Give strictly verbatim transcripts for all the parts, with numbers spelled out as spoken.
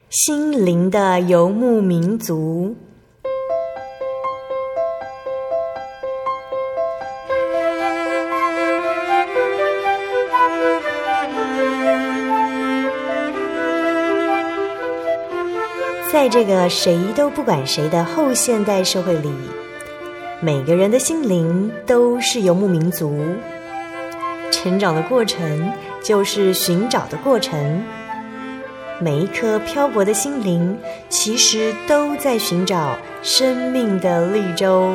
心灵的游牧民族。在这个谁都不管谁的后现代社会里，每个人的心灵都是游牧民族。成长的过程就是寻找的过程，每一颗漂泊的心灵其实都在寻找生命的绿洲。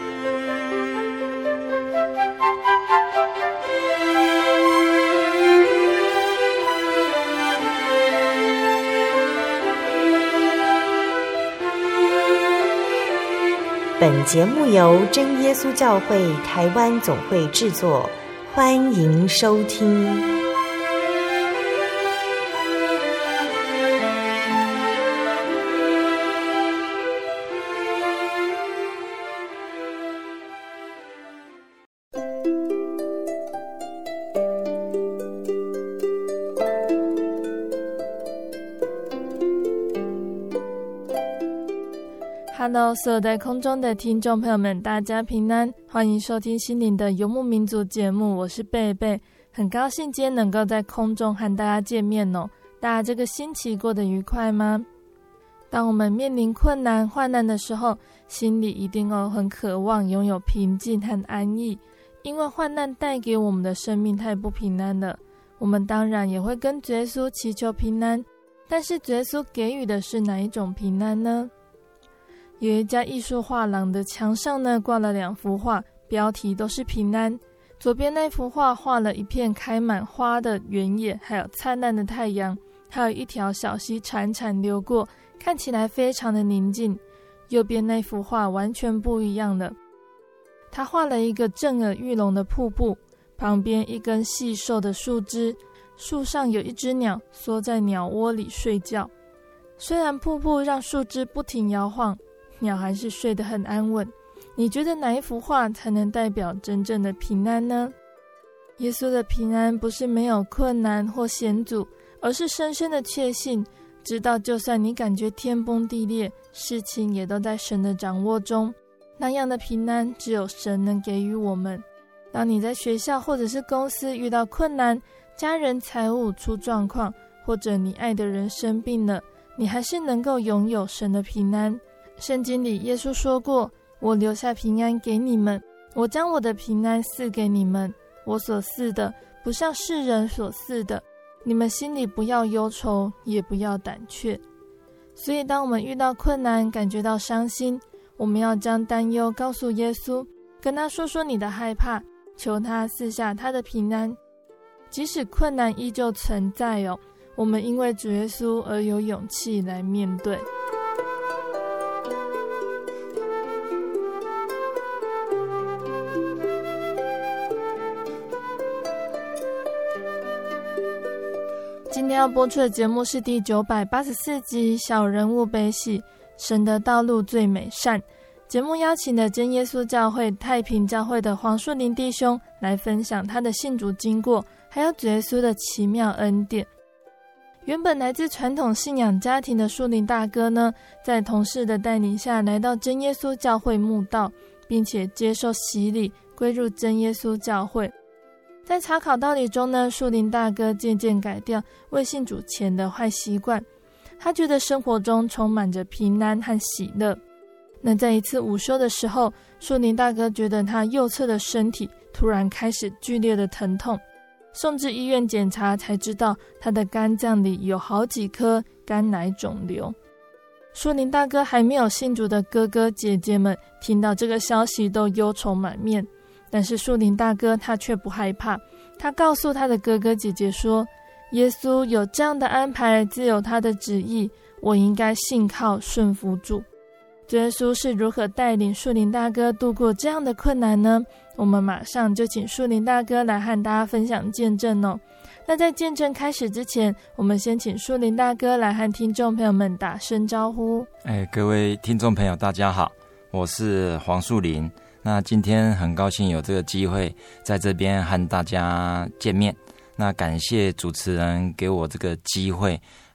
本节目由真耶稣教会台湾总会制作，欢迎收听。 Hello， 所有在空中的听众朋友们，大家平安，欢迎收听心灵的游牧民族节目，我是贝贝，很高兴今天能够在空中和大家见面哦。大家这个星期过得愉快吗？当我们面临困难患难的时候，心里一定哦很渴望拥有平静和安逸，因为患难带给我们的生命太不平安了。我们当然也会跟主耶稣祈求平安，但是主耶稣给予的是哪一种平安呢？有一家艺术画廊的墙上呢，挂了两幅画，标题都是平安。左边那幅画画了一片开满花的原野，还有灿烂的太阳，还有一条小溪潺潺流过，看起来非常的宁静。右边那幅画完全不一样了，他画了一个震耳欲聋的瀑布，旁边一根细瘦的树枝，树上有一只鸟缩在鸟窝里睡觉。虽然瀑布让树枝不停摇晃，鸟还是睡得很安稳。你觉得哪一幅画才能代表真正的平安呢？耶稣的平安不是没有困难或险阻，而是深深的确信，知道就算你感觉天崩地裂，事情也都在神的掌握中。那样的平安只有神能给予我们。当你在学校或者是公司遇到困难，家人财务出状况，或者你爱的人生病了，你还是能够拥有神的平安。圣经里耶稣说过，我留下平安给你们，我将我的平安赐给你们，我所赐的不像世人所赐的，你们心里不要忧愁，也不要胆怯。所以当我们遇到困难，感觉到伤心，我们要将担忧告诉耶稣，跟他说说你的害怕，求他赐下他的平安。即使困难依旧存在哦，我们因为主耶稣而有勇气来面对。今天要播出的节目是第九百八十四集《小人物悲喜，神的道路最美善》。节目邀请了真耶稣教会太平教会的黄树林弟兄来分享他的信主经过，还有主耶稣的奇妙恩典。原本来自传统信仰家庭的树林大哥呢，在同事的带领下来到真耶稣教会慕道，并且接受洗礼，归入真耶稣教会。在查考道理中呢，树林大哥渐渐改掉未信主前的坏习惯，他觉得生活中充满着平安和喜乐。那在一次午休的时候，树林大哥觉得他右侧的身体突然开始剧烈的疼痛，送至医院检查才知道他的肝脏里有好几颗肝癌肿瘤。树林大哥还没有信主的哥哥姐姐们听到这个消息都忧愁满面，但是树林大哥他却不害怕，他告诉他的哥哥姐姐说，耶稣有这样的安排，自有他的旨意，我应该信靠顺服主。主耶稣是如何带领树林大哥度过这样的困难呢？我们马上就请树林大哥来和大家分享见证哦。那在见证开始之前，我们先请树林大哥来和听众朋友们打声招呼。 哎，各位听众朋友大家好，我是黄树林。那今天很高兴有这个机会在这边和大家见面，那感谢主持人给我这个机会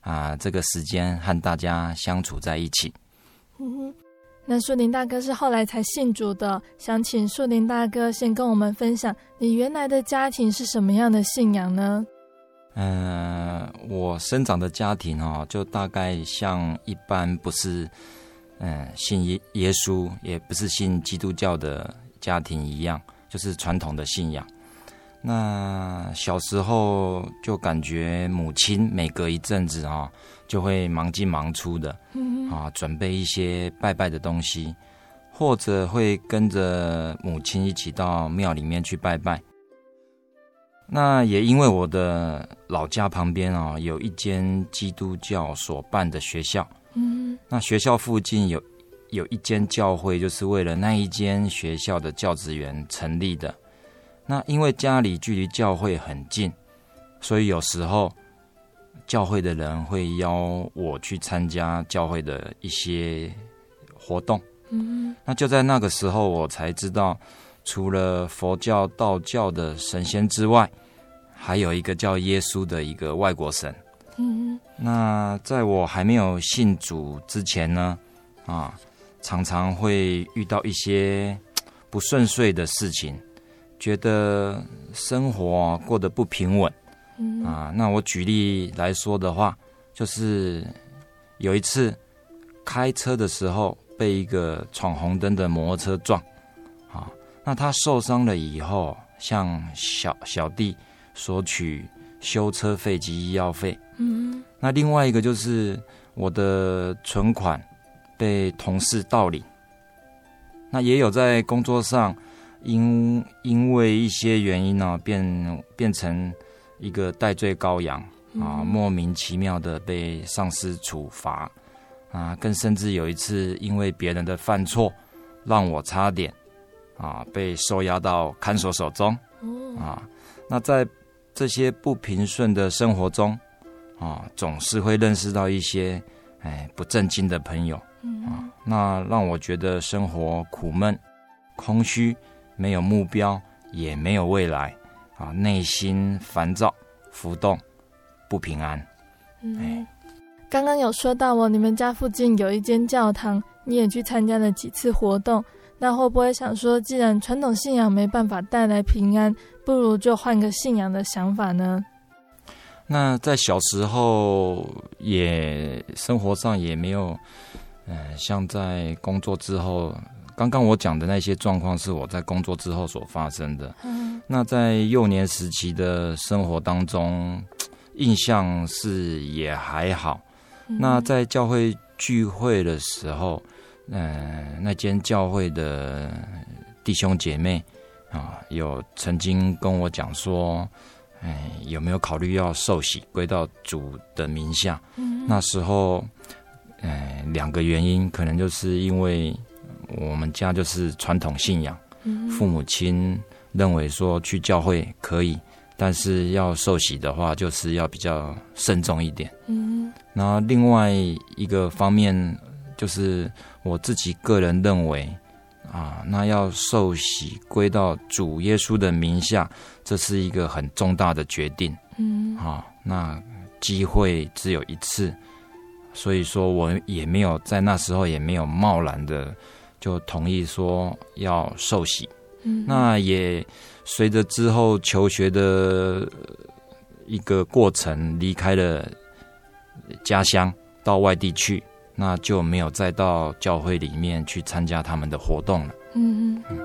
啊这个时间和大家相处在一起。 嗯哼，那树林大哥是后来才信主的，想请树林大哥先跟我们分享你原来的家庭是什么样的信仰呢？ 呃，我生长的家庭哦，就大概像一般不是嗯信耶耶稣，也不是信基督教的家庭一样，就是传统的信仰。那小时候就感觉母亲每隔一阵子啊、哦，就会忙进忙出的，嗯啊，准备一些拜拜的东西，或者会跟着母亲一起到庙里面去拜拜。那也因为我的老家旁边啊、哦，有一间基督教所办的学校，嗯，那学校附近有有一间教会，就是为了那一间学校的教职员成立的。那因为家里距离教会很近，所以有时候教会的人会邀我去参加教会的一些活动。嗯，那就在那个时候，我才知道，除了佛教、道教的神仙之外，还有一个叫耶稣的一个外国神。嗯，那在我还没有信主之前呢，啊，常常会遇到一些不顺遂的事情，觉得生活过得不平稳。嗯啊，那我举例来说的话，就是有一次开车的时候被一个闯红灯的摩托车撞，啊，那他受伤了以后，向小小弟索取修车费及医药费。嗯，那另外一个就是我的存款被同事盗领，那也有在工作上因因为一些原因呢、啊，变变成一个代罪羔羊啊，莫名其妙的被上司处罚啊，更甚至有一次因为别人的犯错，让我差点啊被收押到看守所中啊。那在这些不平顺的生活中啊，总是会认识到一些哎不正经的朋友啊，那让我觉得生活苦闷、空虚，没有目标，也没有未来啊，内心烦躁、浮动、不平安。 嗯，刚刚有说到哦，你们家附近有一间教堂，你也去参加了几次活动，那会不会想说，既然传统信仰没办法带来平安，不如就换个信仰的想法呢？ 那在小时候也生活上也没有，呃，像在工作之后，刚刚我讲的那些状况是我在工作之后所发生的。嗯，那在幼年时期的生活当中，印象是也还好。嗯，那在教会聚会的时候，呃，那间教会的弟兄姐妹啊，有曾经跟我讲说，哎，有没有考虑要受洗归到主的名下？嗯，那时候，哎，两个原因，可能就是因为我们家就是传统信仰，嗯，父母亲认为说去教会可以，但是要受洗的话，就是要比较慎重一点。嗯，然后另外一个方面就是我自己个人认为。啊，那要受洗归到主耶稣的名下，这是一个很重大的决定。嗯，啊，那机会只有一次，所以说我也没有在那时候也没有贸然的就同意说要受洗。嗯，那也随着之后求学的一个过程，离开了家乡到外地去。那就没有再到教会里面去参加他们的活动了。嗯嗯。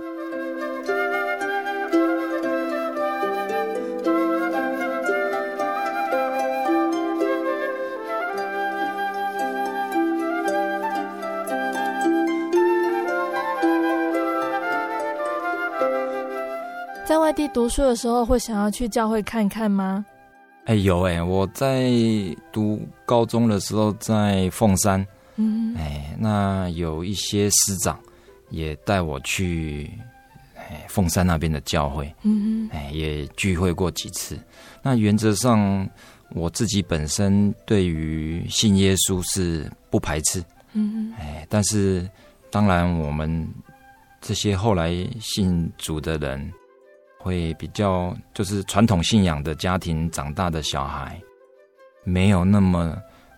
在外地读书的时候，会想要去教会看看吗？ 哎，有哎，我在读高中的时候在凤山。嗯，哎，那有一些师长也带我去哎凤山那边的教会，嗯，哎，也聚会过几次。那原则上我自己本身对于信耶稣是不排斥，嗯，哎，但是当然我们这些后来信主的人，会比较就是传统信仰的家庭长大的小孩，没有那么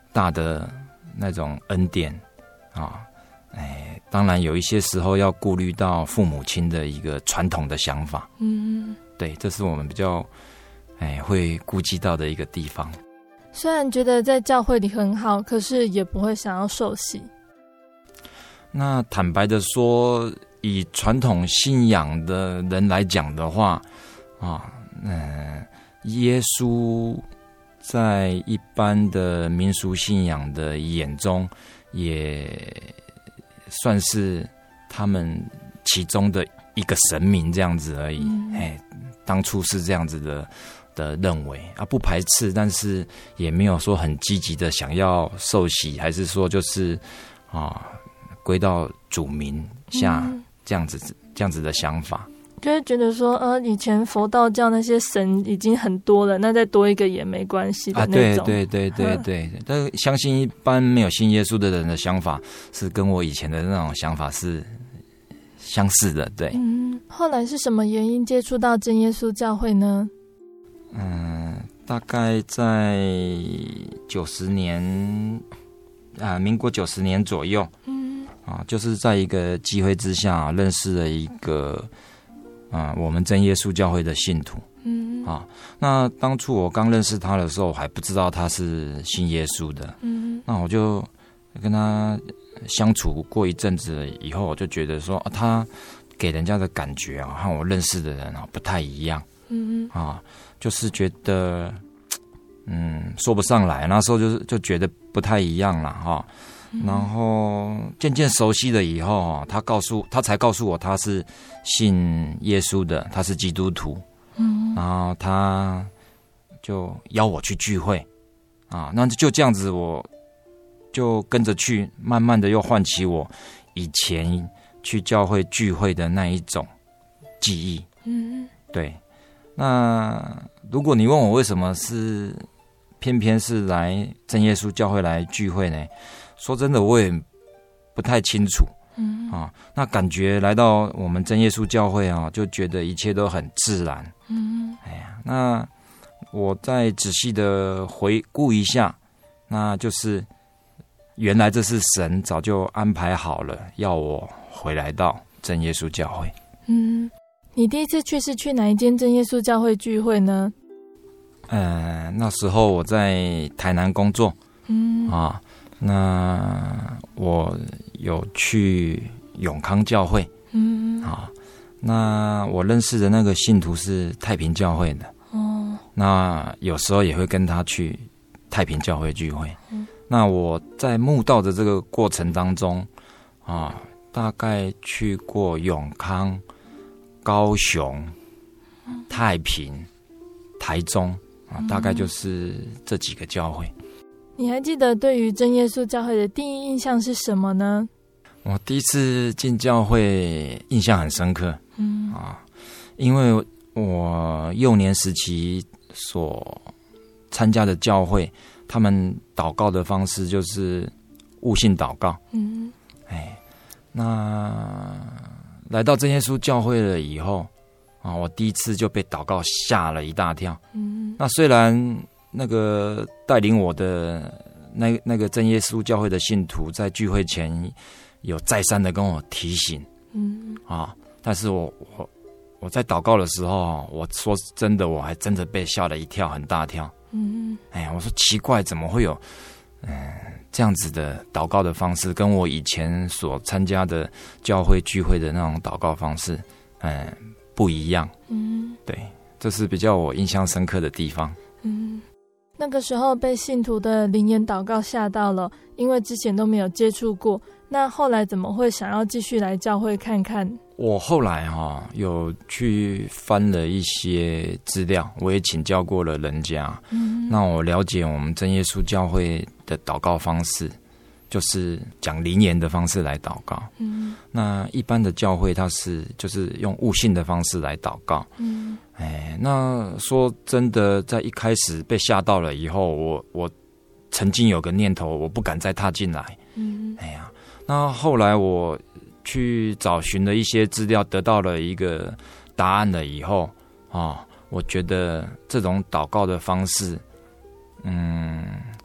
大的那种恩典啊，哎，当然有一些时候要顾虑到父母亲的一个传统的想法，嗯，对，这是我们比较哎会顾及到的一个地方。 虽然觉得在教会里很好，可是也不会想要受洗。 那坦白的说，以传统信仰的人来讲的话，啊，嗯，耶稣在一般的民俗信仰的眼中，也算是他们其中的一个神明这样子而已。嗯、哎，当初是这样子的的认为啊，不排斥，但是也没有说很积极的想要受洗，还是说就是啊。归到主名下这样子、嗯、这样子的想法， 就会觉得说，呃，以前佛道教那些神已经很多了，那再多一个也没关系的那种。啊， 对对对对对。但是相信一般没有信耶稣的人的想法，是跟我以前的那种想法是相似的。对。嗯， 后来是什么原因接触到真耶稣教会呢？ 嗯，大概在九十年啊，民国九十年左右。嗯。啊，就是在一个机会之下、啊、认识了一个啊，我们真耶稣教会的信徒。嗯，啊，那当初我刚认识他的时候，我还不知道他是信耶稣的。嗯，那我就跟他相处过一阵子以后，我就觉得说，啊、他给人家的感觉啊，和我认识的人啊不太一样。嗯啊，就是觉得，嗯，说不上来。那时候就是就觉得不太一样了哈。然后渐渐熟悉了以后，他告诉他才告诉我他是信耶稣的，他是基督徒。嗯，然后他就邀我去聚会啊，那就这样子，我就跟着去，慢慢的又唤起我以前去教会聚会的那一种记忆。嗯，对。那如果你问我为什么是偏偏是来真耶稣教会来聚会呢？说真的，我也不太清楚。嗯啊，那感觉来到我们真耶稣教会啊，就觉得一切都很自然。嗯，哎呀，那我再仔细的回顾一下，那就是原来这是神早就安排好了，要我回来到真耶稣教会。嗯， 你第一次去是去哪一间真耶稣教会聚会呢？ 呃，那时候我在台南工作。嗯啊。那我有去永康教会。嗯，好，那我认识的那个信徒是太平教会的。哦，那有时候也会跟他去太平教会聚会。嗯，那我在慕道的这个过程当中啊，大概去过永康、高雄、太平、台中啊，大概就是这几个教会。 你还记得对于真耶稣教会的第一印象是什么呢？ 我第一次进教会印象很深刻。嗯啊，因为我幼年时期所参加的教会，他们祷告的方式就是悟性祷告。嗯，哎，那来到真耶稣教会了以后啊，我第一次就被祷告吓了一大跳。嗯，那虽然那个带领我的那那个真耶稣教会的信徒在聚会前有再三的跟我提醒。嗯啊，但是我我我在祷告的时候，我说真的，我还真的被吓了一跳，很大跳。嗯，哎呀，我说奇怪，怎么会有嗯、呃、这样子的祷告的方式，跟我以前所参加的教会聚会的那种祷告方式，嗯、呃、不一样。嗯，对，这是比较我印象深刻的地方。 嗯。那个时候被信徒的灵言祷告吓到了，因为之前都没有接触过。那后来怎么会想要继续来教会看看？ 我后来哈、哦、有去翻了一些资料，我也请教过了人家。嗯，那我了解我们真耶稣教会的祷告方式，就是讲灵言的方式来祷告。嗯，那一般的教会它是就是用悟性的方式来祷告。嗯。哎，那说真的，在一开始被吓到了以后，我我曾经有个念头，我不敢再踏进来。嗯，哎呀，那后来我去找寻了一些资料，得到了一个答案了以后啊，我觉得这种祷告的方式，嗯，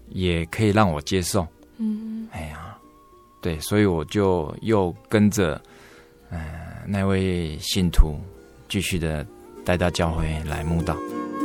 也可以让我接受。嗯，哎呀，对，所以我就又跟着嗯、呃、那位信徒继续的带到教会来慕道。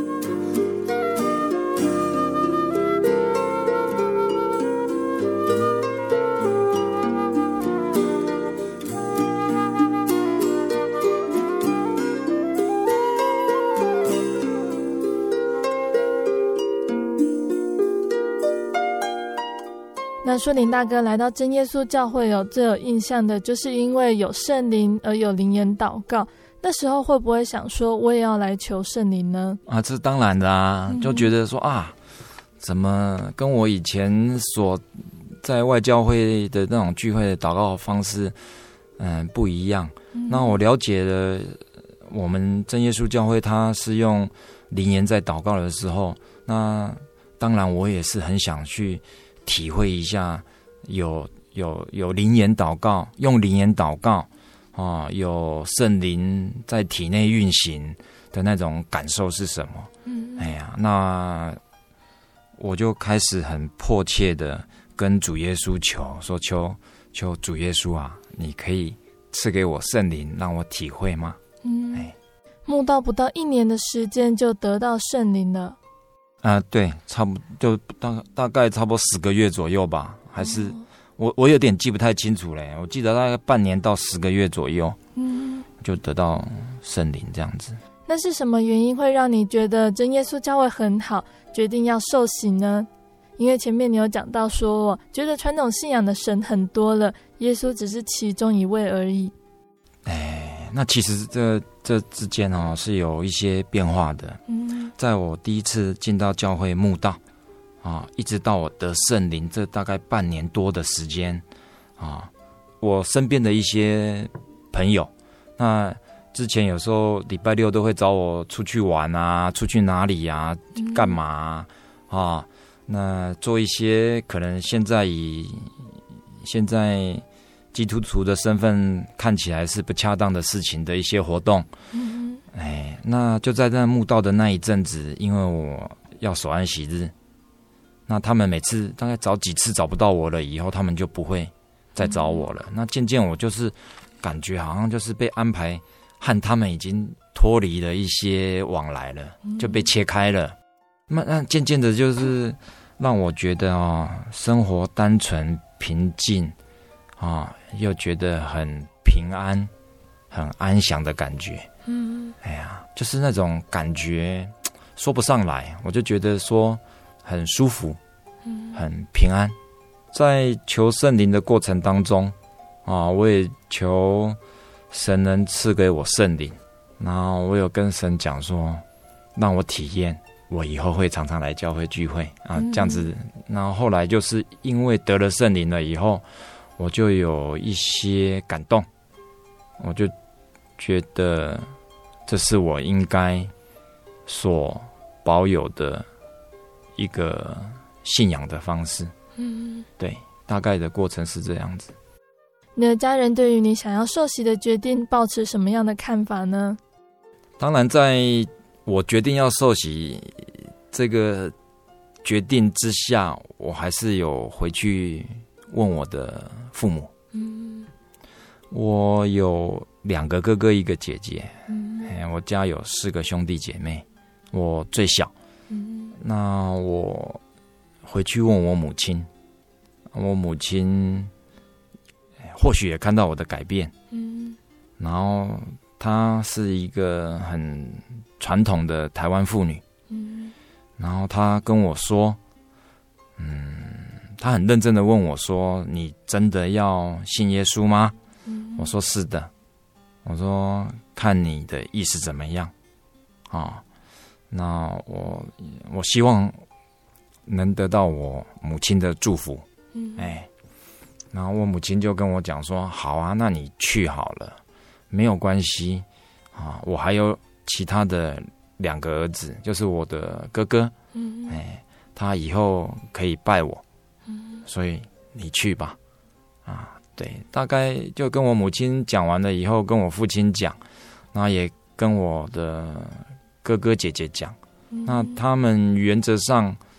那树林大哥来到真耶稣教会有最有印象的就是因为有圣灵而有灵言祷告，那时候会不会想说我也要来求圣灵呢？ 啊，这当然的啊，就觉得说啊，怎么跟我以前所在外教会的那种聚会的祷告方式嗯不一样。嗯、那我了解了我们真耶稣教会它是用灵言在祷告的时候，那当然我也是很想去体会一下有有有灵言祷告，用灵言祷告啊，有圣灵在体内运行的那种感受是什么？嗯，哎呀，那我就开始很迫切的跟主耶稣求，说求求主耶稣啊，你可以赐给我圣灵，让我体会吗？ 嗯，哎，慕道不到一年的时间就得到圣灵了。 啊、呃，对，差不就大大概差不多十个月左右吧，还是、哦、我我有点记不太清楚嘞，我记得大概半年到十个月左右，嗯，就得到圣灵这样子。 那是什么原因会让你觉得真耶稣教会很好，决定要受洗呢？因为前面你有讲到说，觉得传统信仰的神很多了，耶稣只是其中一位而已。 哎，那其实这这之间哦是有一些变化的。嗯，在我第一次进到教会慕道啊，一直到我得圣灵，这大概半年多的时间啊，我身边的一些朋友，那之前有时候礼拜六都会找我出去玩啊，出去哪里啊，干嘛 啊,、嗯、啊？那做一些可能现在以现在基督徒的身份看起来是不恰当的事情的一些活动，嗯，哎，那就在那慕道的那一阵子，因为我要守安息日，那他们每次大概找几次找不到我了以后，他们就不会再找我了。嗯、那渐渐我就是感觉好像就是被安排和他们已经脱离了一些往来了，就被切开了。那那渐渐的，就是让我觉得哦，生活单纯平静。啊，又觉得很平安、很安详的感觉。嗯，哎呀，就是那种感觉说不上来，我就觉得说很舒服，很平安。在求圣灵的过程当中，啊，我也求神能赐给我圣灵，然后我有跟神讲说，让我体验，我以后会常常来教会聚会啊，这样子。然后后来就是因为得了圣灵了以后。我就有一些感动，我就觉得这是我应该所保有的一个信仰的方式。嗯，对，大概的过程是这样子。 你的家人对于你想要受洗的决定抱持什么样的看法呢？ 当然，在我决定要受洗这个决定之下，我还是有回去问我的父母。嗯，我有两个哥哥一个姐姐。嗯，我家有四个兄弟姐妹，我最小。嗯，那我回去问我母亲，我母亲或许也看到我的改变。嗯，然后她是一个很传统的台湾妇女。嗯，然后她跟我说，嗯。他很认真的问我说，你真的要信耶稣吗？嗯、我说是的。我说看你的意思怎么样啊？那我我希望能得到我母亲的祝福。嗯，哎，然后我母亲就跟我讲说，好啊，那你去好了，没有关系啊，我还有其他的两个儿子，就是我的哥哥。嗯，哎，他以后可以拜我。所以你去吧，啊，对，大概就跟我母亲讲完了以后，跟我父亲讲，然后也跟我的哥哥姐姐讲，嗯、那他们原则上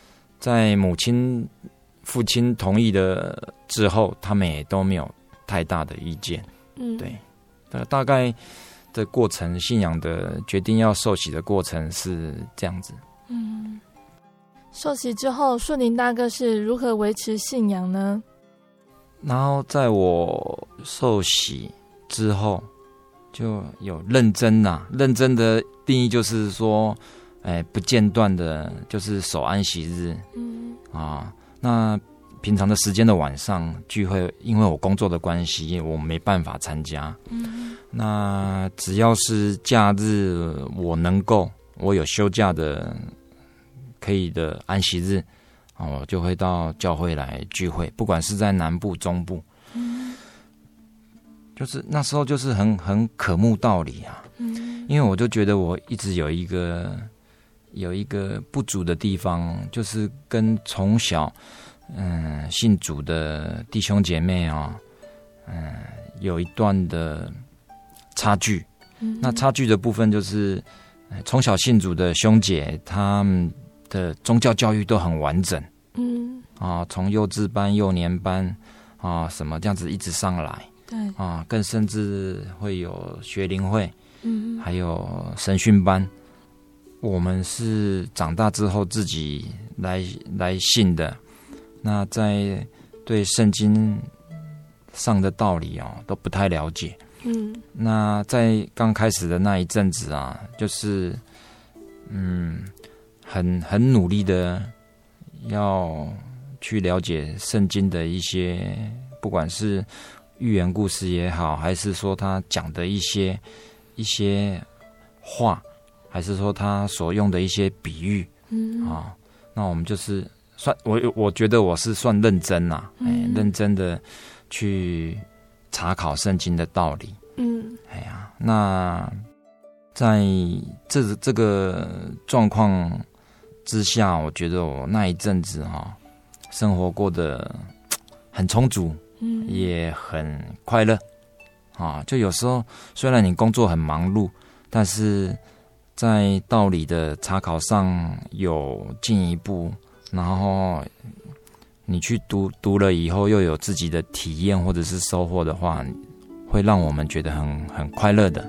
在母亲、父亲同意的之后，他们也都没有太大的意见。嗯，对，大概的过程，信仰的决定要受洗的过程是这样子。 嗯，受洗之后，树林大哥是如何维持信仰呢？ 然后在我受洗之后，就有认真呐、啊，认真的定义就是说，哎，不间断的，就是守安息日。嗯啊，那平常的时间的晚上聚会，因为我工作的关系，我没办法参加。嗯，那只要是假日，我能够，我有休假的，可以的安息日。哦，我就会到教会来聚会，不管是在南部、中部，嗯，就是那时候就是很很渴慕道理啊，嗯，因为我就觉得我一直有一个有一个不足的地方，就是跟从小嗯信主的弟兄姐妹啊，嗯有一段的差距，嗯，那差距的部分就是从小信主的兄姐他们的宗教教育都很完整，嗯啊，从幼稚班、幼年班啊什么这样子一直上来，对啊，更甚至会有学龄会，嗯，还有神训班。我们是长大之后自己来来信的，那在对圣经上的道理哦都不太了解，嗯，那在刚开始的那一阵子啊，就是嗯。很很努力的要去了解圣经的一些，不管是寓言故事也好，还是说他讲的一些一些话，还是说他所用的一些比喻，嗯啊，那我们就是算我我觉得我是算认真啦、啊，哎、嗯，认真的去查考圣经的道理，嗯，哎呀，那在这这个状况之下，我觉得我那一阵子哈、哦，生活过得很充足，嗯，也很快乐，啊，就有时候虽然你工作很忙碌，但是在道理的查考上有进一步，然后你去读读了以后，又有自己的体验或者是收获的话，会让我们觉得很很快乐的。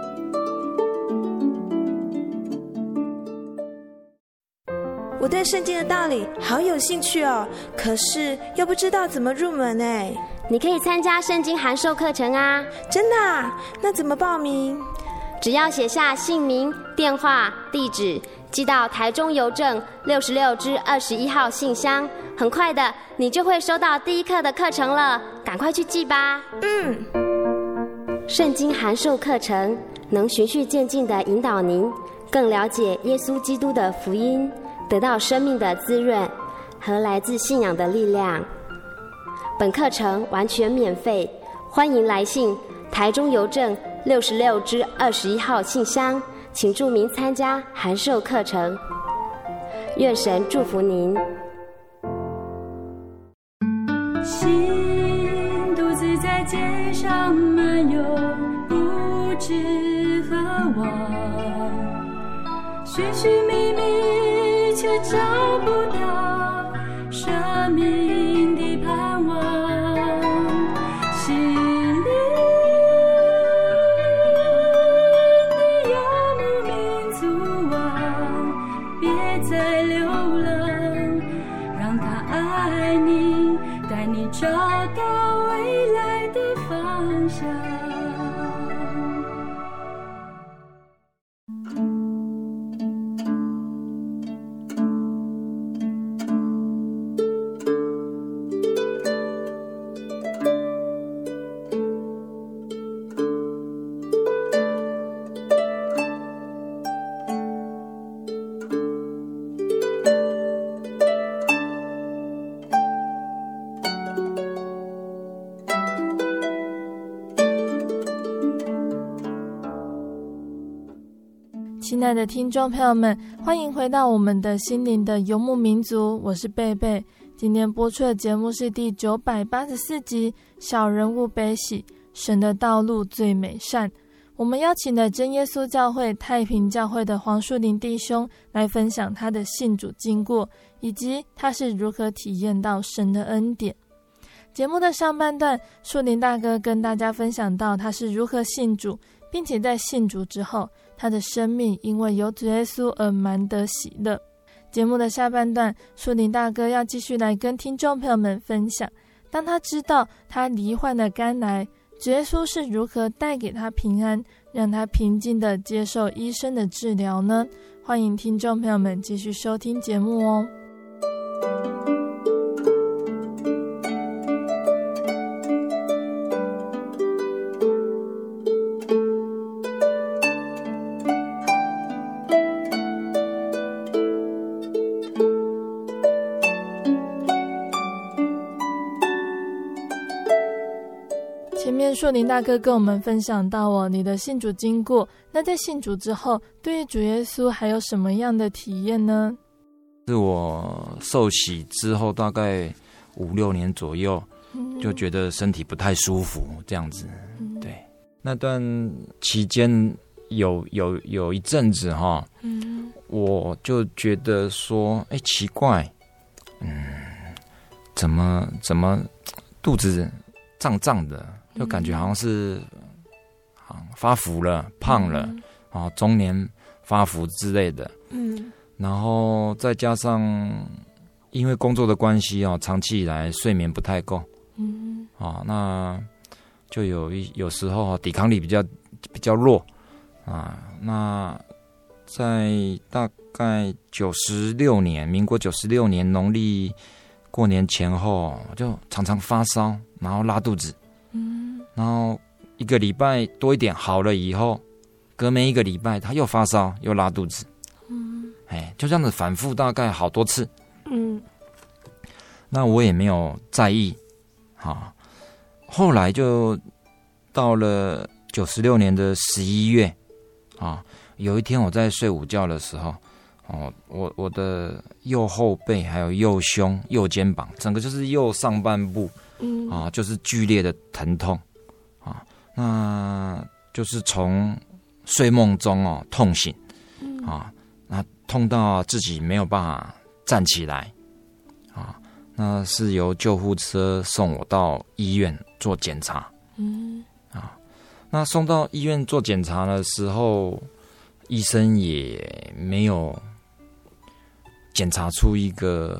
我对圣经的道理好有兴趣哦，可是又不知道怎么入门哎。 你可以参加圣经函授课程啊。 真的啊？那怎么报名？ 只要写下姓名、电话、地址，寄到台中邮政六十六支二十一号信箱，很快的你就会收到第一课的课程了，赶快去寄吧。嗯。圣经函授课程能循序渐进地引导您更了解耶稣基督的福音，得到生命的滋润和来自信仰的力量。本课程完全免费，欢迎来信台中邮政六十六支二十一号信箱，请注明参加函授课程。愿神祝福您。 心独自在街上漫游，不知何往，寻寻觅觅却找不到生命的盼望，心灵的游牧民族啊，别再流浪，让他爱你，带你找到未来的方向。 亲爱的听众朋友们，欢迎回到我们的心灵的游牧民族，我是贝贝。今天播出的节目是第九百八十四集小人物悲喜，神的道路最美善。 我们邀请了真耶稣教会太平教会的黄树林弟兄来分享他的信主经过，以及他是如何体验到神的恩典。节目的上半段，树林大哥跟大家分享到他是如何信主，并且在信主之后，他的生命因为有主耶稣而满得喜乐。节目的下半段，树林大哥要继续来跟听众朋友们分享，当他知道他罹患了肝癌，主耶稣是如何带给他平安，让他平静地接受医生的治疗呢？欢迎听众朋友们继续收听节目哦。树林大哥跟我们分享到哦，你的信主经过。那在信主之后，对于主耶稣还有什么样的体验呢？ 是我受洗之后大概五六年左右，嗯、就觉得身体不太舒服，这样子。嗯、对，那段期间有有有一阵子哈，嗯、我就觉得说，哎，奇怪，嗯，怎么怎么肚子胀胀的？就感觉好像是发福了、胖了，啊、嗯，中年发福之类的。嗯，然后再加上因为工作的关系啊，长期以来睡眠不太够。嗯，啊，那就有一有时候抵抗力比较比较弱啊。那在大概九十六年，民国九十六年农历过年前后，就常常发烧，然后拉肚子。嗯，然后一个礼拜多一点好了以后，隔没一个礼拜他又发烧又拉肚子，嗯，哎，就这样子反复大概好多次，嗯，那我也没有在意，啊，后来就到了九十六年的十一月，啊，有一天我在睡午觉的时候，哦，我我的右后背还有右胸、右肩膀，整个就是右上半部。嗯啊，就是剧烈的疼痛啊，那就是从睡梦中哦痛醒，啊，那痛到自己没有办法站起来，啊，那是由救护车送我到医院做检查，嗯啊，那送到医院做检查的时候，医生也没有检查出一个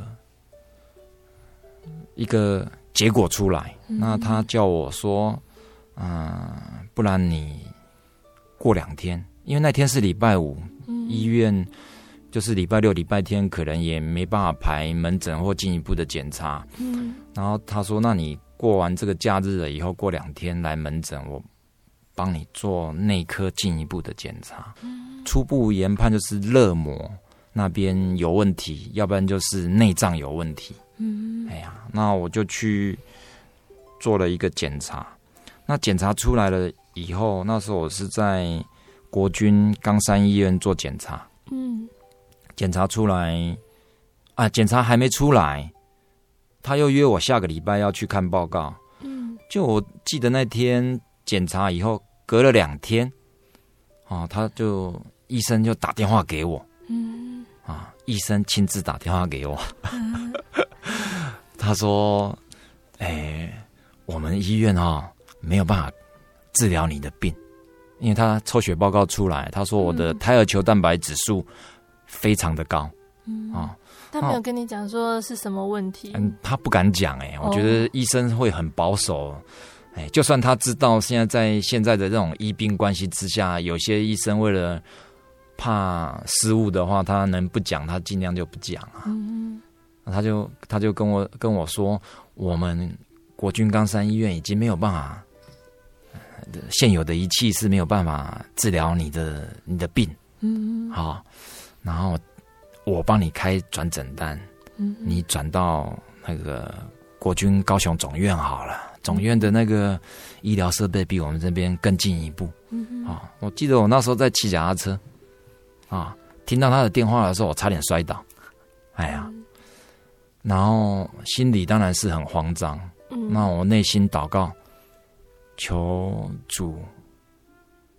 一个。结果出来，那他叫我说，嗯、呃，不然你过两天，因为那天是礼拜五，嗯、医院就是礼拜六、礼拜天可能也没办法排门诊或进一步的检查。嗯，然后他说，那你过完这个假日了以后，过两天来门诊，我帮你做内科进一步的检查。嗯、初步研判就是肋膜那边有问题，要不然就是内脏有问题。嗯，哎呀，那我就去做了一个检查。那检查出来了以后，那时候我是在国军冈山医院做检查。嗯，检查出来啊，检查还没出来，他又约我下个礼拜要去看报告。嗯，就我记得那天检查以后，隔了两天，啊，他就医生就打电话给我。嗯，啊，医生亲自打电话给我。嗯他说：“哎、欸，我们医院哦没有办法治疗你的病，因为他抽血报告出来，他说我的胎儿球蛋白指数非常的高，嗯啊， 他没有跟你讲说是什么问题？ 嗯，他不敢讲哎、欸，我觉得医生会很保守，哎、欸，就算他知道现在在现在的这种医病关系之下，有些医生为了怕失误的话，他能不讲，他尽量就不讲啊。嗯，他就他就跟我跟我说，我们国军冈山医院已经没有办法，现有的仪器是没有办法治疗你的你的病。嗯，好，然后我帮你开转诊单，嗯，你转到那个国军高雄总院好了。总院的那个医疗设备比我们这边更进一步。嗯，啊，我记得我那时候在骑脚踏车，啊，听到他的电话的时候，我差点摔倒。哎呀，嗯、然后心里当然是很慌张。嗯，那我内心祷告，求主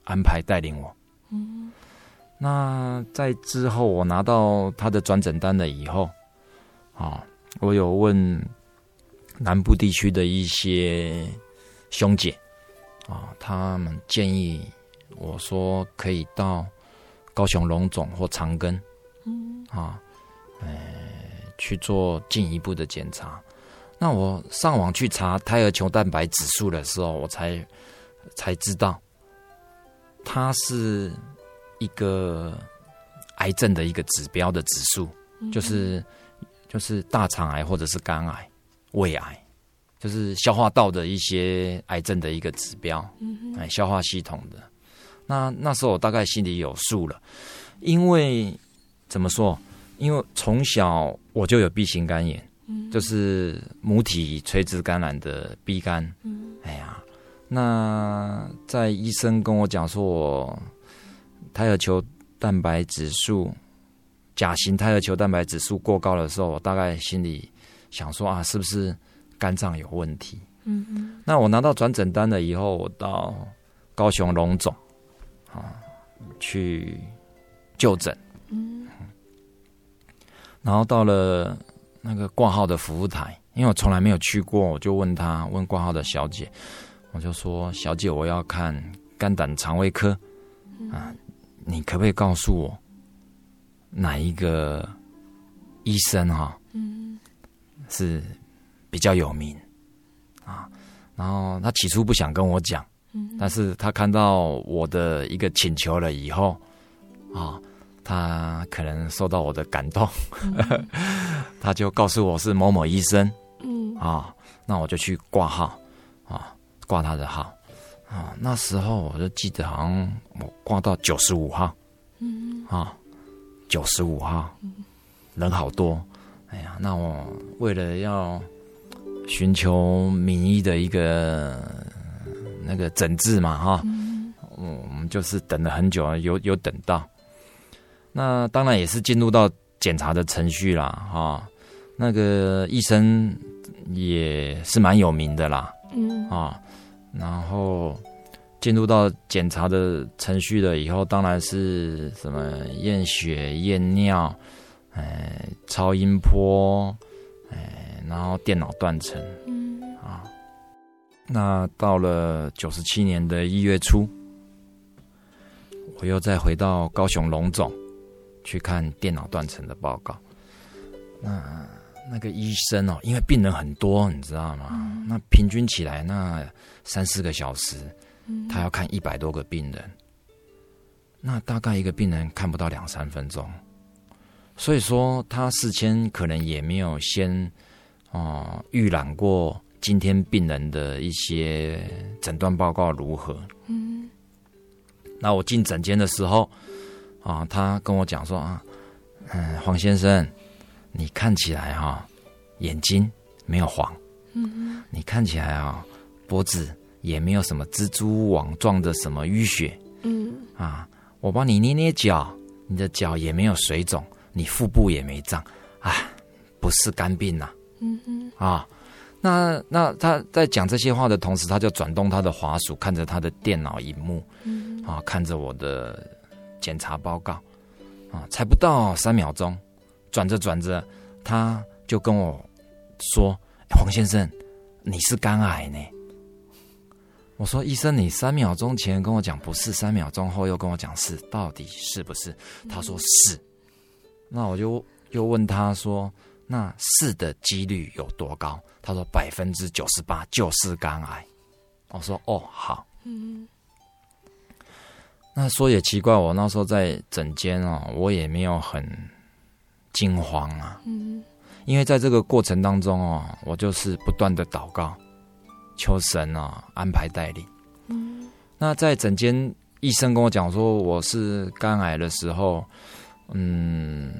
安排带领我。嗯，那在之后我拿到他的转诊单了以后，啊，我有问南部地区的一些兄姐啊，他们建议我说可以到高雄荣总或长庚，嗯啊，呃，去做进一步的检查。那我上网去查胎儿球蛋白指数的时候，我才才知道，它是一个癌症的一个指标的指数，嗯、就是就是大肠癌或者是肝癌、胃癌，就是消化道的一些癌症的一个指标，嗯、哎，消化系统的。那那时候我大概心里有数了，因为怎么说？因为从小我就有 B 型肝炎。就是母体垂直感染的 B 肝，嗯，哎呀，那在医生跟我讲说我胎儿球蛋白指数甲型胎儿球蛋白指数过高的时候，我大概心里想说啊，是不是肝脏有问题？嗯嗯。那我拿到转诊单了以后，我到高雄荣总啊去就诊，嗯，然后到了那个挂号的服务台，因为我从来没有去过，我就问他，问挂号的小姐，我就说：“小姐，我要看肝胆肠胃科，啊，你可不可以告诉我哪一个医生哈、啊，是比较有名啊？”然后他起初不想跟我讲，但是他看到我的一个请求了以后，啊。他可能受到我的感动，嗯、他就告诉我是某某医生，嗯啊，那我就去挂号啊，挂他的号啊。那时候我就记得好像我挂到九十五号，嗯啊，九十五号，人好多，哎呀，那我为了要寻求名医的一个那个诊治嘛，哈、啊，嗯、我们就是等了很久，有有等到。那当然也是进入到检查的程序啦，哈、哦，那个医生也是蛮有名的啦，嗯啊、哦，然后进入到检查的程序了以后，当然是什么验血、验尿，哎，超音波，哎，然后电脑断层，嗯啊，那到了九十七年的一月初，我又再回到高雄荣总。去看电脑断层的报告，那那个医生哦，因为病人很多，你知道吗？嗯、那平均起来那三四个小时，嗯、他要看一百多个病人，那大概一个病人看不到两三分钟，所以说他事先可能也没有先哦、呃、预览过今天病人的一些诊断报告如何。嗯，那我进诊间的时候。啊，他跟我讲说啊，嗯，黄先生，你看起来哈、啊，眼睛没有黄，嗯，你看起来啊，脖子也没有什么蜘蛛网状的什么淤血，嗯，啊，我帮你捏捏脚，你的脚也没有水肿，你腹部也没胀，啊，不是肝病呐、啊，嗯嗯，啊，那那他在讲这些话的同时，他就转动他的滑鼠，看着他的电脑荧幕，嗯，啊，看着我的。检查报告啊，才不到三秒钟，转着转着，他就跟我说：“欸、黄先生，你是肝癌呢。”我说：“医生，你三秒钟前跟我讲不是，三秒钟后又跟我讲是，到底是不是？”他说是。那我就又问他说：“那是的几率有多高？”他说：“百分之九十八就是肝癌。”我说：“哦，好。”嗯。那说也奇怪，我那时候在诊间哦，我也没有很惊慌啊，嗯，因为在这个过程当中哦，我就是不断的祷告，求神啊安排带领。嗯，那在诊间医生跟我讲说我是肝癌的时候，嗯，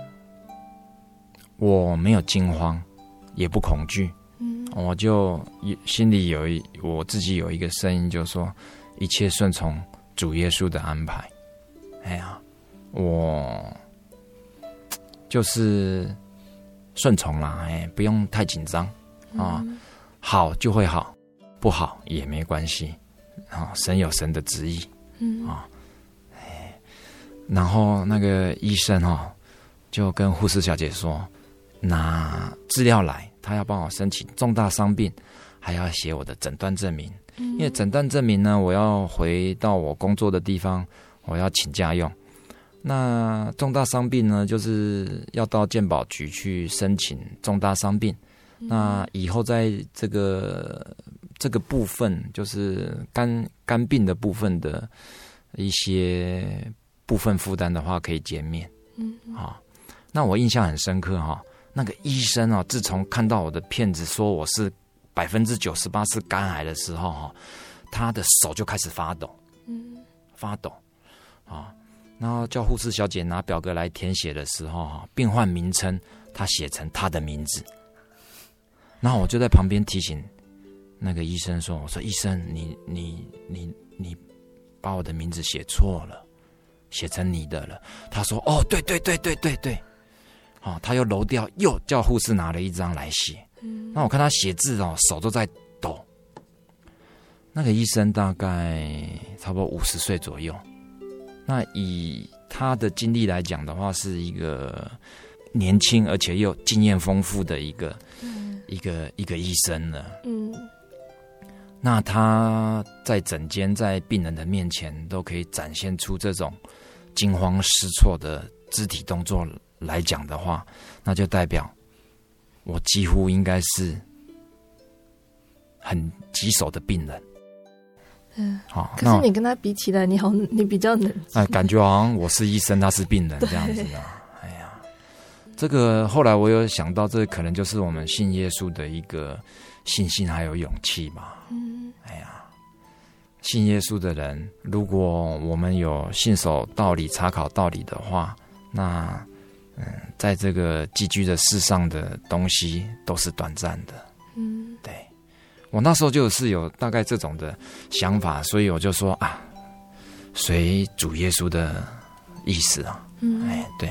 我没有惊慌，也不恐惧，嗯，我就心里有一我自己有一个声音，就说一切顺从主耶稣的安排。哎呀，我就是顺从啦，哎，不用太紧张啊，嗯、好就会好，不好也没关系啊，神有神的旨意嗯啊，哎，然后那个医生哦，就跟护士小姐说，拿资料来，他要帮我申请重大伤病，还要写我的诊断证明，因为诊断证明呢，我要回到我工作的地方，我要请假用。那重大伤病呢，就是要到健保局去申请重大伤病。那以后在这个这个部分，就是肝肝病的部分的一些部分负担的话，可以减免。嗯，好，那我印象很深刻哈，那个医生啊，自从看到我的片子说我是百分之九十八是肝癌的时候哈，他的手就开始发抖，嗯，发抖啊。然后叫护士小姐拿表格来填写的时候，病患名称他写成他的名字，然后我就在旁边提醒那个医生说：“我说医生，你你你你把我的名字写错了，写成你的了。”他说：“哦，对对对对对对。”哦，他又揉掉，又叫护士拿了一张来写。那我看他写字哦，手都在抖。那个医生大概差不多五十岁左右。那以他的经历来讲的话，是一个年轻而且又经验丰富的一个、嗯、一个一个医生了。嗯，那他在诊间在病人的面前都可以展现出这种惊慌失措的肢体动作来讲的话，那就代表我几乎应该是很棘手的病人。 嗯，好。可是你跟他比起来，你好，你比较冷静。 哎，感觉好像我是医生，他是病人这样子啊。哎呀，这个后来我有想到，这可能就是我们信耶稣的一个信心还有勇气吧。嗯，哎呀，信耶稣的人，如果我们有信守道理、查考道理的话，那嗯，在这个寄居的世上的东西都是短暂的。嗯，对。我那时候就是有大概这种的想法，所以我就说啊，随主耶稣的意思啊，嗯，哎，对。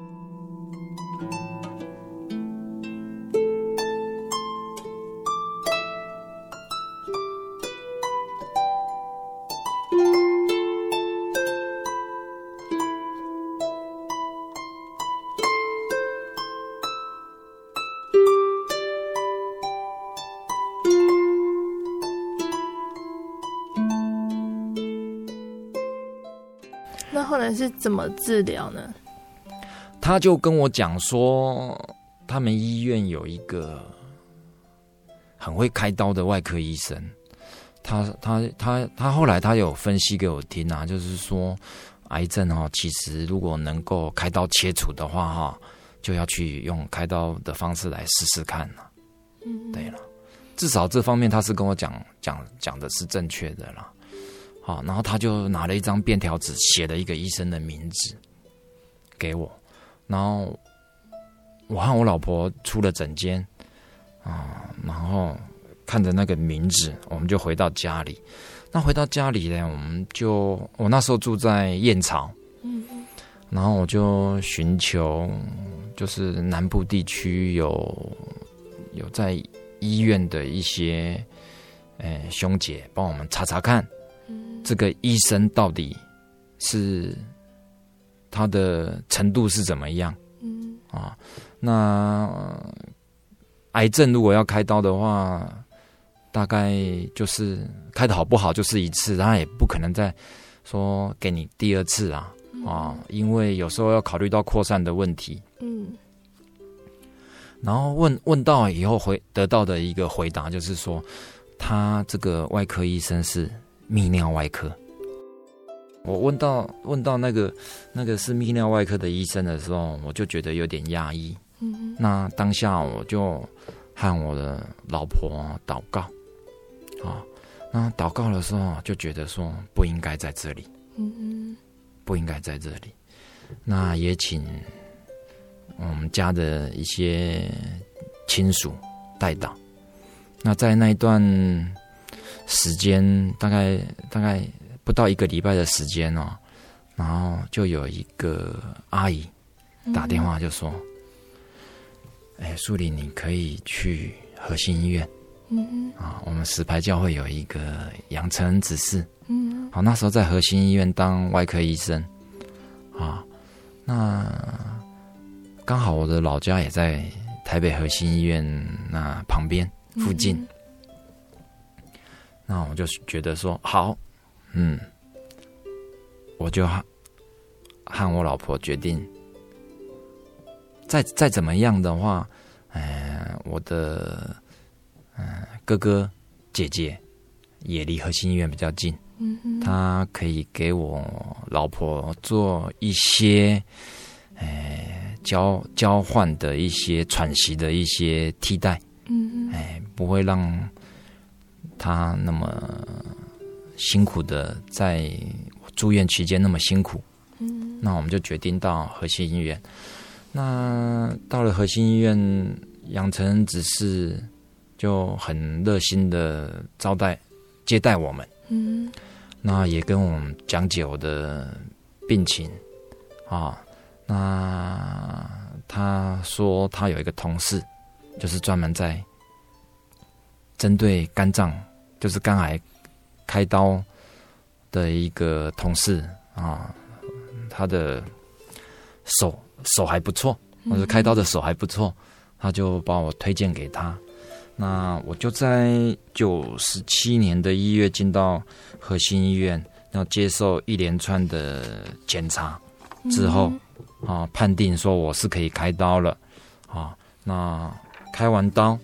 那后来是怎么治疗呢？ 他就跟我讲说，他们医院有一个很会开刀的外科医生，他他他他后来他有分析给我听啊，就是说癌症哈，其实如果能够开刀切除的话哈，就要去用开刀的方式来试试看了。嗯，对了，至少这方面他是跟我讲讲讲的是正确的啦。好，然后他就拿了一张便条纸，写了一个医生的名字给我，然后我和我老婆出了诊间啊，然后看着那个名字，我们就回到家里。那回到家里呢，我们就我那时候住在燕巢，嗯，然后我就寻求就是南部地区有有在医院的一些呃兄姐帮我们查查看。这个医生到底是他的程度是怎么样？嗯啊，那癌症如果要开刀的话，大概就是开得好不好就是一次，他也不可能再说给你第二次啊啊，因为有时候要考虑到扩散的问题。嗯，然后问问到以后回得到的一个回答就是说，他这个外科医生是泌尿外科。我问到问到那个那个是泌尿外科的医生的时候，我就觉得有点压抑。嗯，那当下我就和我的老婆祷告啊，那祷告的时候就觉得说不应该在这里，嗯，不应该在这里。那也请我们家的一些亲属代祷。那在那一段时间大概大概不到一个礼拜的时间哦，然后就有一个阿姨打电话就说：“哎、嗯，树林，你可以去和信医院，嗯啊，我们石牌教会有一个杨承恩执事，嗯， 好，那时候在核心医院当外科医生啊，那刚好我的老家也在台北核心医院那旁边附近，嗯、那我就觉得说好，嗯，我就和我老婆决定，再再怎么样的话，呃，我的呃哥哥姐姐也离核心医院比较近，嗯，他可以给我老婆做一些，呃，交交换的一些喘息的一些替代，嗯，哎，不会让他那么辛苦的在住院期间那么辛苦。嗯，那我们就决定到核心医院。那到了核心医院，杨承恩只是就很热心的招待接待我们。嗯，那也跟我们讲解我的病情啊。那他说他有一个同事，就是专门在针对肝脏，就是肝癌开刀的一个同事啊。他的手手还不错，或者开刀的手还不错，他就把我推荐给他。那我就在九十七年的一月进到核心医院，要接受一连串的检查之后，嗯、啊，判定说我是可以开刀了。啊，那开完刀，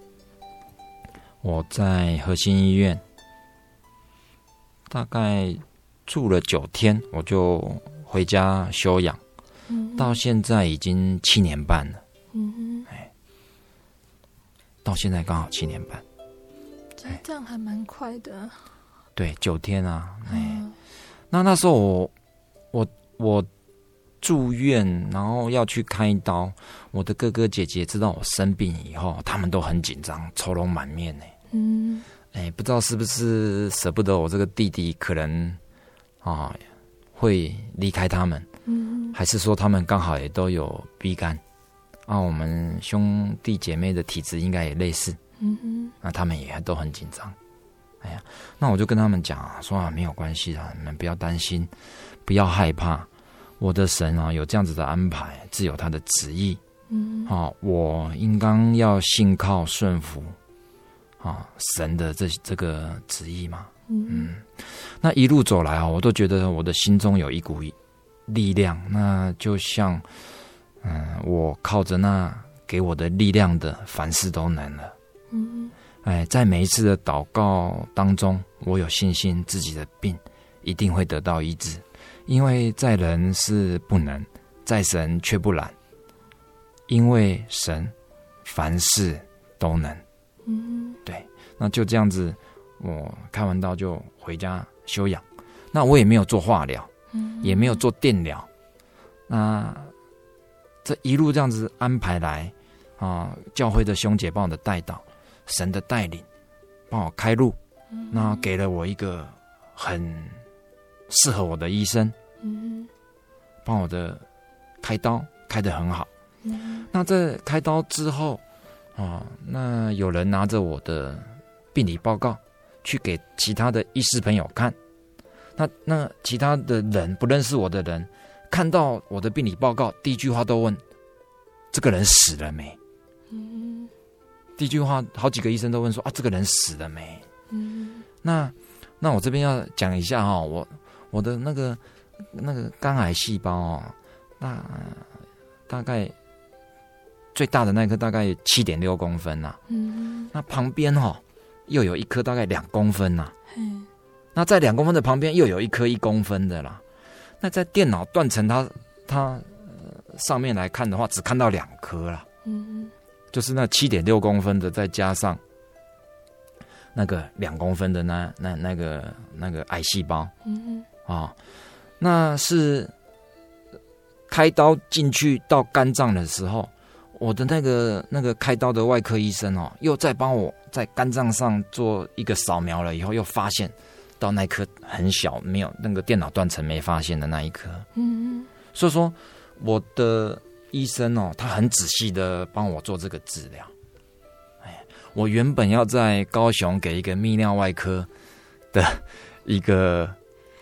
我在核心医院大概住了九天，我就回家休养，嗯、到现在已经七年半了。嗯哎，到现在刚好七年半， 这样还蛮快的。 对，九天啊，哎、嗯，那那时候我我我住院，然后要去开刀，我的哥哥姐姐知道我生病以后，他们都很紧张，愁容满面呢。嗯，哎，不知道是不是舍不得我这个弟弟，可能啊。会离开他们，嗯，还是说他们刚好也都有 B 肝啊？我们兄弟姐妹的体质应该也类似，嗯哼，那他们也都很紧张。哎呀，那我就跟他们讲啊，说啊没有关系啦，你们不要担心，不要害怕，我的神啊有这样子的安排，自有他的旨意，嗯，啊，我应当要信靠顺服啊神的这这个旨意嘛。嗯，那一路走来啊，我都觉得我的心中有一股力量，那就像，嗯，我靠着那给我的力量的，凡事都能了。嗯，哎，在每一次的祷告当中，我有信心自己的病一定会得到医治，因为在人是不能，在神却不然，因为神凡事都能。嗯，对，那就这样子。我开完刀就回家休养，那我也没有做化疗，嗯，也没有做电疗，那这一路这样子安排来啊，教会的兄姐帮我的带导，神的带领，帮我开路，嗯，那给了我一个很适合我的医生，嗯，帮我的开刀开得很好，嗯，那这开刀之后啊，那有人拿着我的病理报告。去给其他的医师朋友看，那那其他的人不认识我的人，看到我的病理报告，第一句话都问：这个人死了没？嗯，第一句话好几个医生都问说：啊，这个人死了没？嗯，那那我这边要讲一下哈、哦，我我的那个那个肝癌细胞哦，那大概最大的那颗大概七点六公分呐、啊，嗯，那旁边哈、哦。又有一颗大概两公分呐、啊，那在两公分的旁边又有一颗一公分的啦。那在电脑断层它它、呃、上面来看的话，只看到两颗啦。嗯，就是那七点六公分的，再加上那个两公分的那那那个那个癌细胞。嗯啊、哦，那是开刀进去到肝脏的时候。我的那个那个开刀的外科医生哦，又在帮我在肝脏上做一个扫描了以后，又发现到那颗很小，没有那个电脑断层没发现的那一颗。嗯，所以说我的医生哦，他很仔细的帮我做这个治疗。哎，我原本要在高雄给一个泌尿外科的一个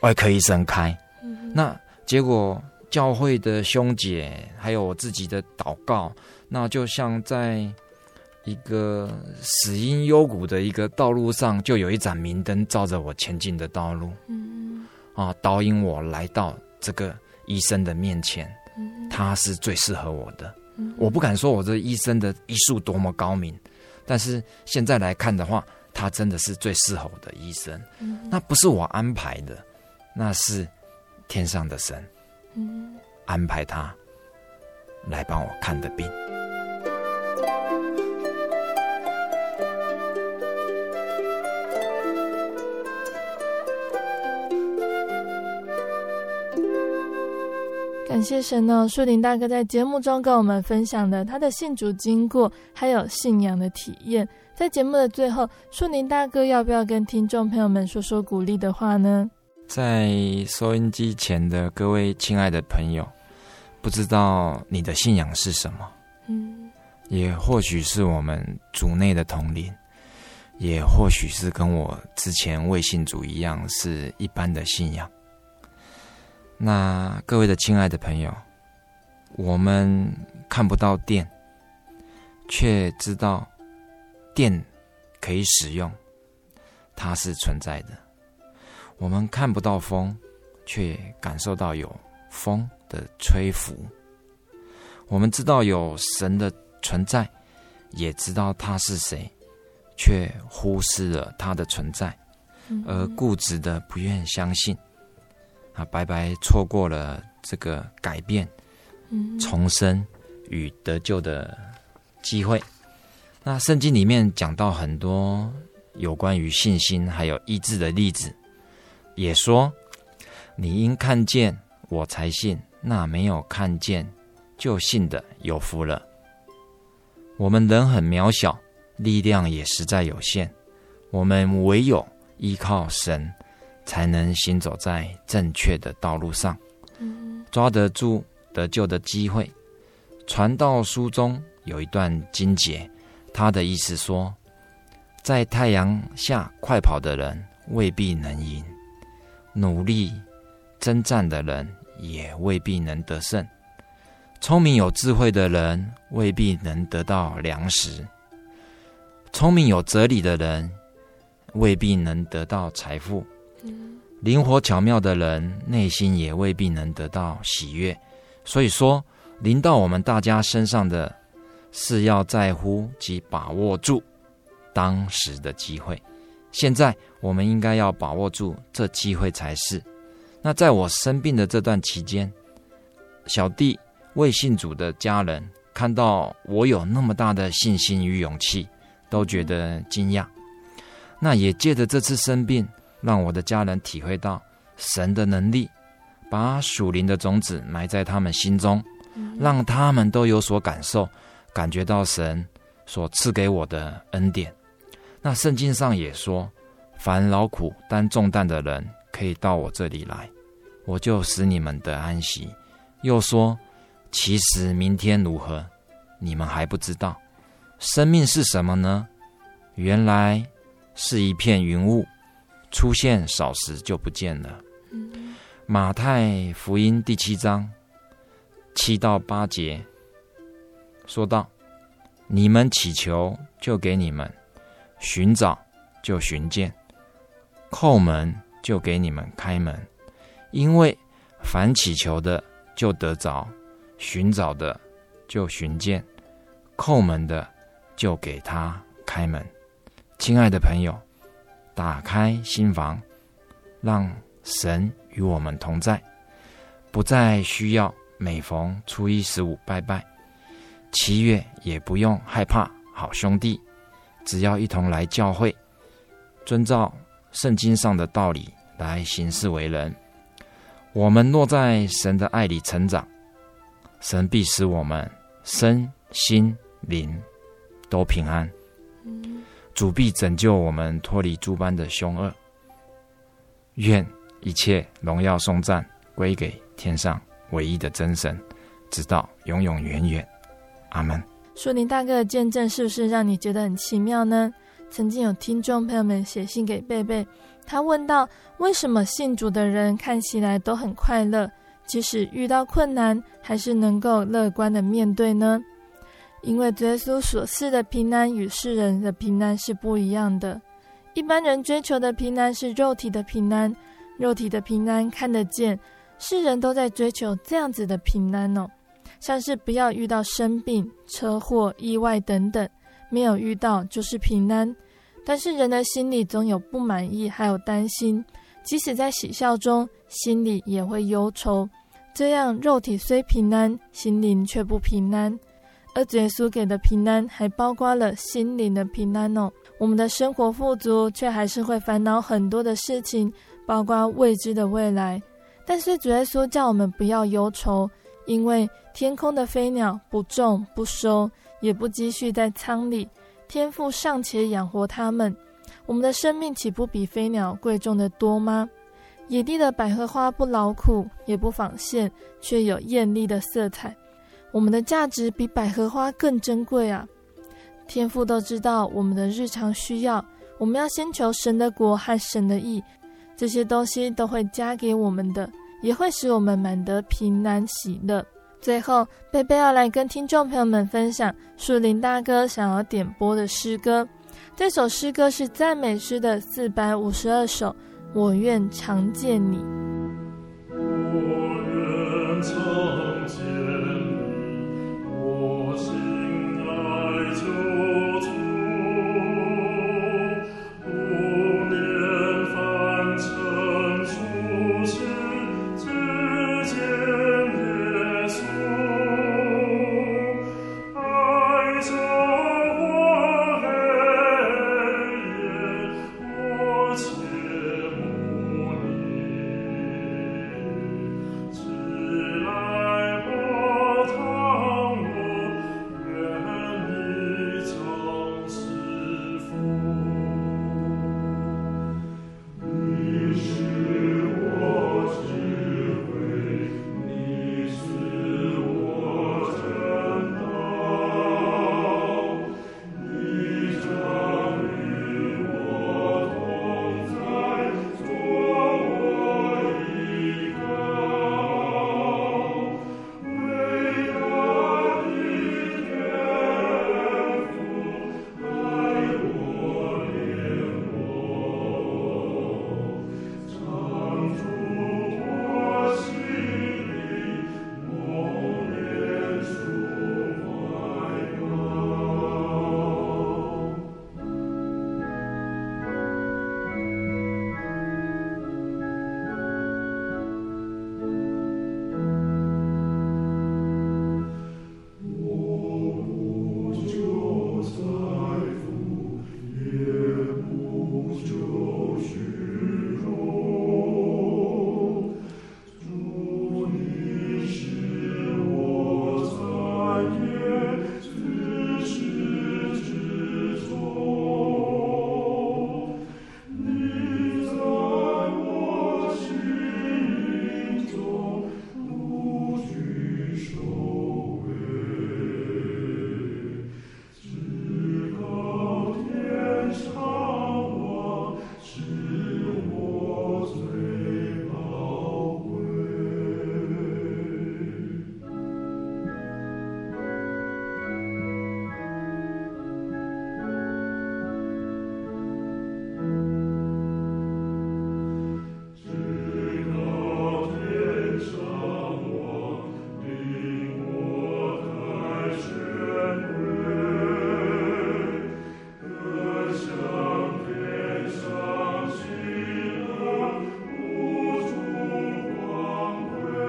外科医生开。嗯、那结果教会的兄姐还有我自己的祷告，那就像在一个死荫幽谷的一个道路上，就有一盏明灯照着我前进的道路。嗯，啊，导引我来到这个医生的面前，嗯、他是最适合我的。嗯、我不敢说我这医生的医术多么高明，但是现在来看的话，他真的是最适合我的医生。嗯、那不是我安排的，那是天上的神，嗯、安排他来帮我看的病。 感谢神哦，树林大哥在节目中跟我们分享了他的信主经过，还有信仰的体验。在节目的最后，树林大哥要不要跟听众朋友们说说鼓励的话呢？ 在收音机前的各位亲爱的朋友，不知道你的信仰是什么？嗯，也或许是我们主内的同龄，也或许是跟我之前未信主一样是一般的信仰。那各位的亲爱的朋友，我们看不到电，却知道电可以使用，它是存在的。我们看不到风，却感受到有风的吹拂。我们知道有神的存在，也知道他是谁，却忽视了他的存在，而固执的不愿相信。啊，白白错过了这个改变、重生与得救的机会。那圣经里面讲到很多有关于信心还有医治的例子，也说你因看见我才信，那没有看见就信的有福了。我们人很渺小，力量也实在有限，我们唯有依靠神，才能行走在正确的道路上，抓得住得救的机会。传道书中有一段经节，他的意思说，在太阳下快跑的人未必能赢，努力征战的人也未必能得胜，聪明有智慧的人未必能得到粮食，聪明有哲理的人未必能得到财富，灵活巧妙的人内心也未必能得到喜悦。所以说，临到我们大家身上的是要在乎及把握住当时的机会。现在我们应该要把握住这机会才是。那在我生病的这段期间，小弟未信主的家人看到我有那么大的信心与勇气，都觉得惊讶。那也借着这次生病，让我的家人体会到神的能力，把属灵的种子埋在他们心中，让他们都有所感受，感觉到神所赐给我的恩典。那圣经上也说，凡劳苦担重担的人可以到我这里来，我就使你们得安息。又说，其实明天如何，你们还不知道。生命是什么呢？原来是一片云雾，出现少时就不见了。马太福音第七章七到八节说道，你们祈求就给你们，寻找就寻见，叩门就给你们开门。因为凡祈求的就得着，寻找的就寻见，叩门的就给他开门。亲爱的朋友，打开心房，让神与我们同在，不再需要每逢初一十五拜拜，七月也不用害怕好兄弟，只要一同来教会，遵照圣经上的道理来行事为人。我们若在神的爱里成长，神必使我们身心灵都平安，主必拯救我们脱离诸般的凶恶。愿一切荣耀颂赞归给天上唯一的真神，直到永永远远。阿们。 树林大哥的见证是不是让你觉得很奇妙呢？ 曾经有听众朋友们写信给贝贝，他问到为什么信主的人看起来都很快乐，即使遇到困难还是能够乐观的面对呢？因为主耶稣所赐的平安与世人的平安是不一样的。一般人追求的平安是肉体的平安，肉体的平安看得见，世人都在追求这样子的平安哦，像是不要遇到生病、车祸、意外等等，没有遇到就是平安。但是人的心里总有不满意，还有担心，即使在喜笑中，心里也会忧愁。这样肉体虽平安，心灵却不平安。而主耶稣给的平安还包括了心灵的平安哦。我们的生活富足，却还是会烦恼很多的事情，包括未知的未来。但是主耶稣叫我们不要忧愁，因为天空的飞鸟不种不收，也不积蓄在仓里，天父尚且养活他们，我们的生命岂不比飞鸟贵重的多吗？野地的百合花不劳苦，也不纺线，却有艳丽的色彩。我们的价值比百合花更珍贵啊！天父都知道我们的日常需要，我们要先求神的国和神的义，这些东西都会加给我们的，也会使我们满得平安喜乐。最后，贝贝要来跟听众朋友们分享树林大哥想要点播的诗歌。这首诗歌是赞美诗的四百五十二首，我愿常见你。 我愿常见你，我心爱救主，不念凡尘俗世，只见耶稣，爱着我黑夜，我切慕你，只来我堂我，愿你常赐福。你是我智慧，你是我真道，你常与我同在，做我依靠。伟大的天父，爱我怜我，常驻我心里，梦念属怀抱。我不求财富，也不求虚荣，主你是我产业，自始至终，你在我心中不居首位，至高天上王是我最宝贵。至高天上王领我太权贵，各向天上喜乐，无主光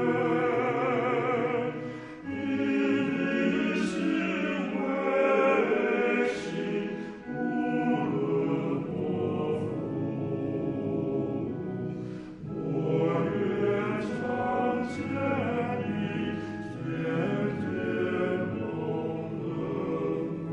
辉。以你心为心，无论祸福。我愿常见你，天天梦能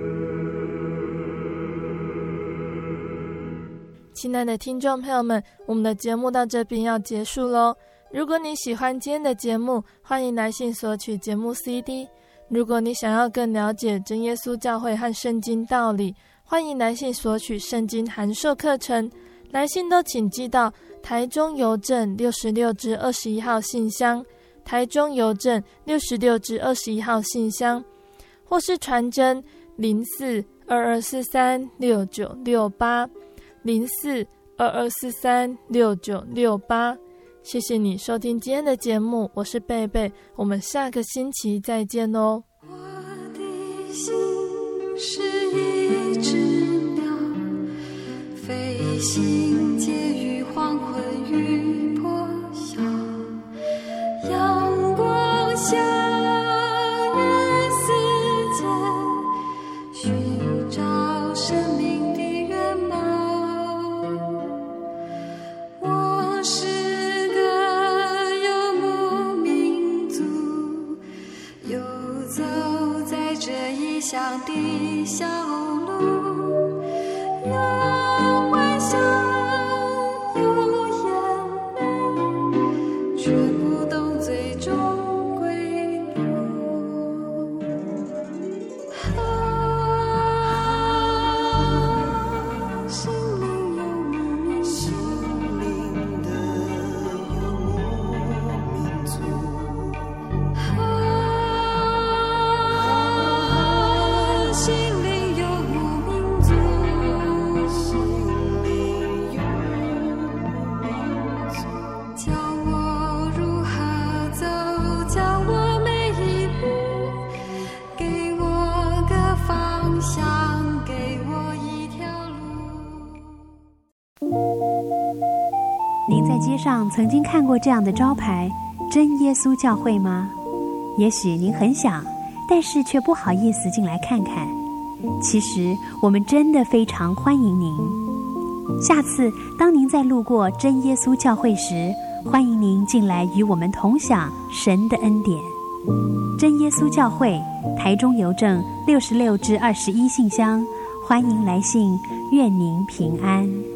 归。 亲爱的听众朋友们，我们的节目到这边要结束咯。如果你喜欢今天的节目，欢迎来信索取节目 C D。如果你想要更了解真耶稣教会和圣经道理， 欢迎来信索取圣经函授课程，来信都请寄到台中邮政六十六至二十一号信箱，台中邮政六十六至二十一号信箱，或是传真零四二二四三六九六八零四二二四三六九六八。谢谢你收听今天的节目，我是贝贝，我们下个星期再见哦。 我的心是一只鸟，飞行介于黄昏与破晓，阳光下与世界寻找生命的原貌。我是个游牧民族，游走在这异乡的小路，有欢笑，有眼泪，却不懂最终归路。啊，心灵游牧民族，心灵的游牧民族。心灵游牧民族，心灵游牧民族，教我如何走，教我每一步，给我个方向，给我一条路。 您在街上曾经看过这样的招牌“真耶稣教会”吗？也许您很想，但是却不好意思进来看看。其实我们真的非常欢迎您。下次当您在路过真耶稣教会时，欢迎您进来与我们同享神的恩典。真耶稣教会，台中邮政六十六至二十一信箱，欢迎来信，愿您平安。